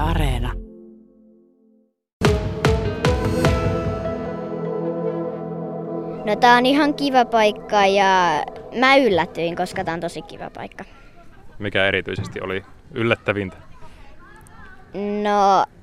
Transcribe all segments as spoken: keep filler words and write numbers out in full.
Areena. No tää on ihan kiva paikka ja mä yllätyin, koska tää on tosi kiva paikka. Mikä erityisesti oli yllättävintä? No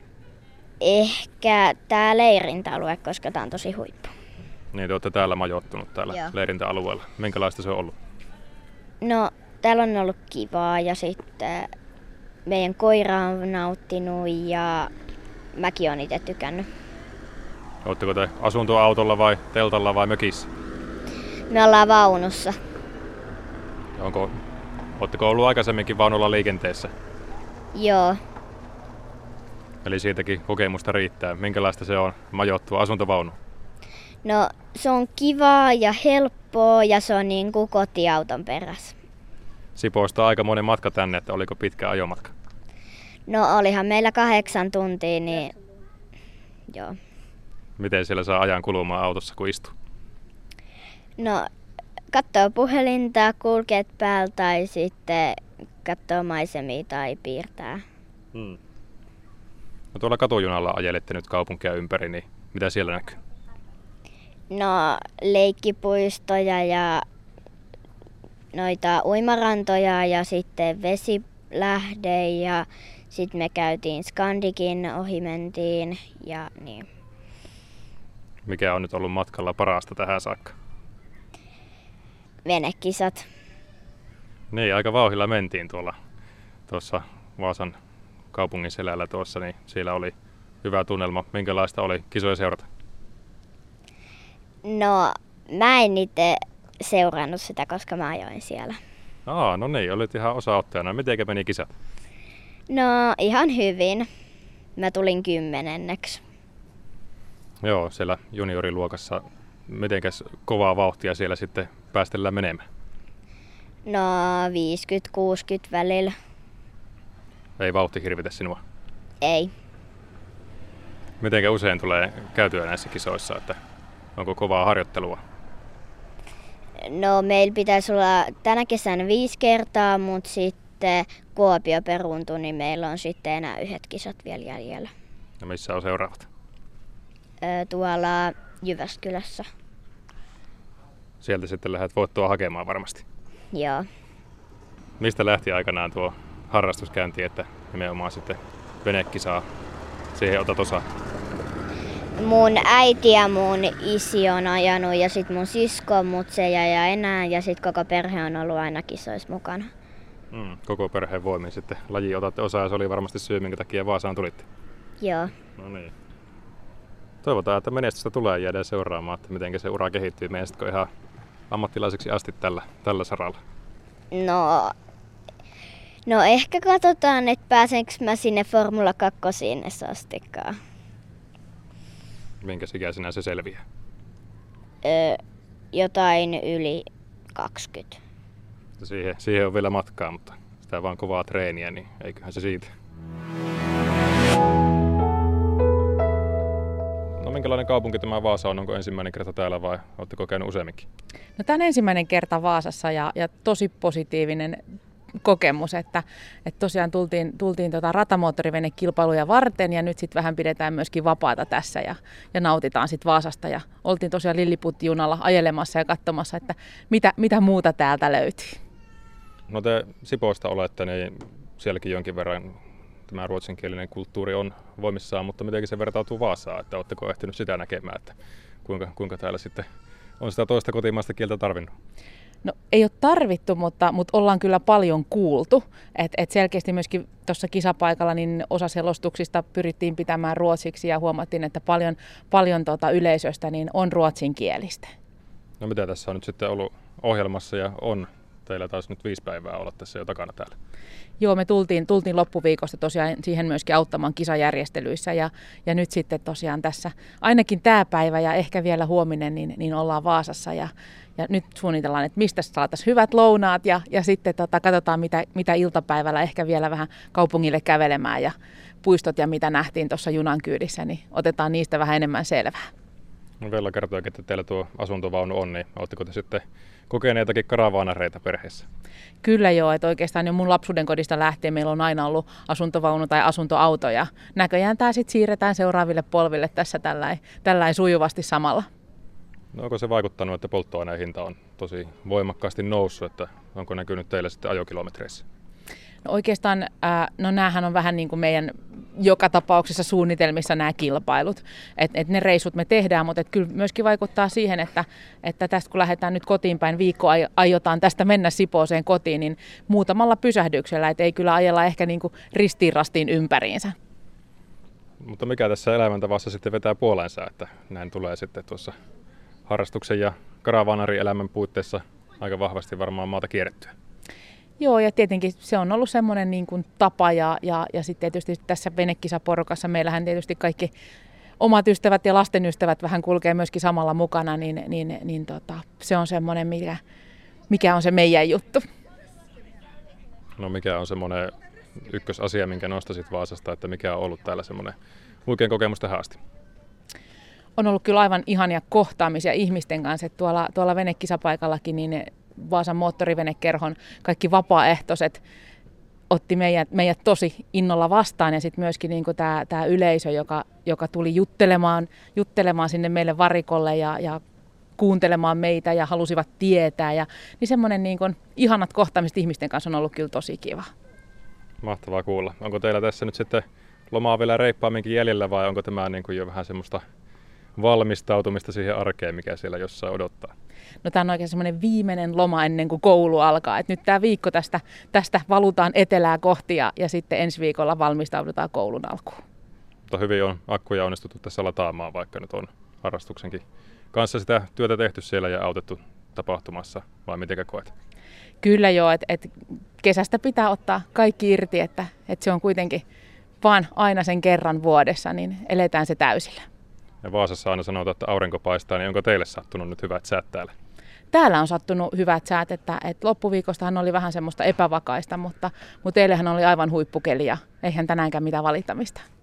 ehkä tää leirintäalue, koska tää on tosi huippu. Niin, te olette täällä majoittunut täällä Joo. leirintäalueella. Minkälaista se on ollut? No täällä on ollut kivaa ja sitten meidän koira on nauttinut ja mäkin oon itse tykännyt. Oletteko te asuntoautolla vai teltalla vai mökissä? Me ollaan vaunussa. Onko, oletteko ollut aikaisemminkin vaunulla liikenteessä? Joo. Eli siitäkin kokemusta riittää. Minkälaista se on majoittua asuntovaunuun? No se on kivaa ja helppoa ja se on niin kuin kotiauton perässä. Sipoosta aika monen matka tänne, että oliko pitkä ajomatka? No olihan meillä kahdeksan tuntia, niin joo. Miten siellä saa ajan kulumaan autossa, kun istuu? No katsoo puhelinta, kulkeet päällä tai sitten katsoo maisemia tai piirtää. Hmm. No tuolla katujunalla ajelette nyt kaupunkia ympäri, niin mitä siellä näkyy? No leikkipuistoja ja noita uimarantoja ja sitten vesilähde ja sitten me käytiin Skandikin ohi mentiin ja niin. Mikä on nyt ollut matkalla parasta tähän saakka? Venekisat. Niin, aika vauhdilla mentiin tuolla tuossa Vaasan kaupungin selällä tuossa, niin siellä oli hyvä tunnelma. Minkälaista oli kisoja seurata? No mä en itse seurannut sitä, koska mä ajoin siellä. Aa, no niin, olit ihan osaottajana. Mitenkä meni kisat? No ihan hyvin. Mä tulin kymmenenneksi. Joo, siellä junioriluokassa. Mitenkäs kovaa vauhtia siellä sitten päästellään menemään? No viisikymmentä kuusikymmentä välillä. Ei vauhti hirvitä sinua? Ei. Mitenkä usein tulee käytyä näissä kisoissa, että onko kovaa harjoittelua? No meillä pitäisi olla tänä kesänä viisi kertaa, mutta sitten Kuopio peruuntui, niin meillä on sitten enää yhdet kisat vielä jäljellä. Ja missä on seuraavat? Öö, tuolla Jyväskylässä. Sieltä sitten lähdet voittoa hakemaan varmasti. Joo. Mistä lähti aikanaan tuo harrastuskäynti, että nimenomaan sitten venekisaa siihen otat osaa? Mun äiti ja mun isi on ajanut ja sit mun sisko, mut se jäi ja enää ja sit koko perhe on ollut aina kisoissa mukana. Mm, koko perheen voimin sitten laji otatte osaa ja se oli varmasti syy, minkä takia Vaasaan tulitte. Joo. No niin. Toivotaan, että menestystä tulee ja jäädään seuraamaan, että miten se ura kehittyy. Menisitkö ihan ammattilaiseksi asti tällä, tällä saralla? No, no ehkä katsotaan, että pääsenkö mä sinne Formula kaksi astikaan. Minkä ikäisenä se selviää? Öö, jotain yli kaksikymmentä. Siihen, siihen on vielä matkaa, mutta sitä vaan kovaa treeniä, niin eiköhän se siitä. No minkälainen kaupunki tämä Vaasa on? Onko ensimmäinen kerta täällä vai oletteko käynyt useamminkin? No tämä on ensimmäinen kerta Vaasassa ja, ja tosi positiivinen kokemus, että, että tosiaan tultiin, tultiin tota ratamoottorivenekilpailuja varten ja nyt sitten vähän pidetään myöskin vapaata tässä ja, ja nautitaan sitten Vaasasta ja oltiin tosiaan Lilliputti-junalla ajelemassa ja katsomassa, että mitä, mitä muuta täältä löytyy. No te Sipoosta olette, niin sielläkin jonkin verran tämä ruotsinkielinen kulttuuri on voimissaan, mutta miten se vertautuu Vaasaan, että oletteko ehtinyt sitä näkemään, että kuinka, kuinka täällä sitten on sitä toista kotimaista kieltä tarvinnut? No ei ole tarvittu, mutta, mutta ollaan kyllä paljon kuultu. Et, et selkeästi myöskin tuossa kisapaikalla niin osa selostuksista pyrittiin pitämään ruotsiksi ja huomattiin, että paljon, paljon tota yleisöstä niin on ruotsinkielistä. No mitä tässä on nyt sitten ollut ohjelmassa ja on? Teillä taisi nyt viisi päivää olla tässä jo takana täällä. Joo, me tultiin, tultiin loppuviikosta tosiaan siihen myöskin auttamaan kisajärjestelyissä ja, ja nyt sitten tosiaan tässä ainakin tämä päivä ja ehkä vielä huominen niin, niin ollaan Vaasassa ja, ja nyt suunnitellaan, että mistä saataisiin hyvät lounaat ja, ja sitten tota, katsotaan mitä, mitä iltapäivällä ehkä vielä vähän kaupungille kävelemään ja puistot ja mitä nähtiin tuossa junan kyydissä, niin otetaan niistä vähän enemmän selvää. No Vella kertoi, että teillä tuo asuntovaunu on, niin oletteko te sitten kokeneitakin karavaanareita perheessä? Kyllä joo, että oikeastaan jo mun lapsuuden kodista lähtien meillä on aina ollut asuntovaunu tai asuntoauto ja näköjään tämä sitten siirretään seuraaville polville tässä tällain, tällain sujuvasti samalla. No onko se vaikuttanut, että polttoaineen hinta on tosi voimakkaasti noussut, että onko näkynyt teille sitten ajokilometreissä? No oikeastaan, no näähän on vähän niin kuin meidän joka tapauksessa suunnitelmissa nämä kilpailut. Että et ne reissut me tehdään, mutta et kyllä myöskin vaikuttaa siihen, että, että tästä kun lähdetään nyt kotiin päin, viikko aiotaan tästä mennä Sipooseen kotiin, niin muutamalla pysähdyksellä, että ei kyllä ajella ehkä niin kuin ristiin rastiin ympäriinsä. Mutta mikä tässä elämäntavassa sitten vetää puoleensa, että näin tulee sitten tuossa harrastuksen ja karavaanarielämän puitteissa aika vahvasti varmaan maata kierrettyä? Joo, ja tietenkin se on ollut semmoinen niin kuin tapa, ja, ja, ja sitten tietysti tässä venekisaporukassa meillähän tietysti kaikki omat ystävät ja lasten ystävät vähän kulkee myöskin samalla mukana, niin, niin, niin tota, se on semmoinen, mikä, mikä on se meidän juttu. No mikä on semmoinen ykkösasia, minkä nostasit Vaasasta, että mikä on ollut täällä semmoinen huikean kokemus tähän asti? On ollut kyllä aivan ihania kohtaamisia ihmisten kanssa, että tuolla, tuolla venekisapaikallakin niin Vaasan moottorivenekerhon kaikki vapaaehtoiset otti meidät, meidät tosi innolla vastaan ja sitten myöskin niin tämä, tämä yleisö, joka, joka tuli juttelemaan, juttelemaan sinne meille varikolle ja, ja kuuntelemaan meitä ja halusivat tietää. Ja, niin semmoinen niin kuin ihanat kohtaamiset ihmisten kanssa on ollut kyllä tosi kiva. Mahtavaa kuulla. Onko teillä tässä nyt sitten lomaa vielä reippaamminkin jäljellä vai onko tämä niin kuin jo vähän semmoista valmistautumista siihen arkeen, mikä siellä jossain odottaa? No tämä on oikein semmoinen viimeinen loma ennen kuin koulu alkaa. Et nyt tämä viikko tästä, tästä valutaan etelää kohti ja, ja sitten ensi viikolla valmistaudutaan koulun alkuun. Mutta hyvin on akkuja onnistuttu tässä lataamaan, vaikka nyt on harrastuksenkin kanssa sitä työtä tehty siellä ja autettu tapahtumassa, vai mitenkä koet? Kyllä joo, että et kesästä pitää ottaa kaikki irti, että et se on kuitenkin vaan aina sen kerran vuodessa, niin eletään se täysillä. Ja Vaasassa aina sanotaan, että aurinko paistaa, niin onko teille sattunut nyt hyvät säät täällä? Täällä on sattunut hyvät säät, että, että loppuviikostahan oli vähän semmoista epävakaista, mutta, mutta eilähän oli aivan huippukeli ja eihän tänäänkään mitään valittamista.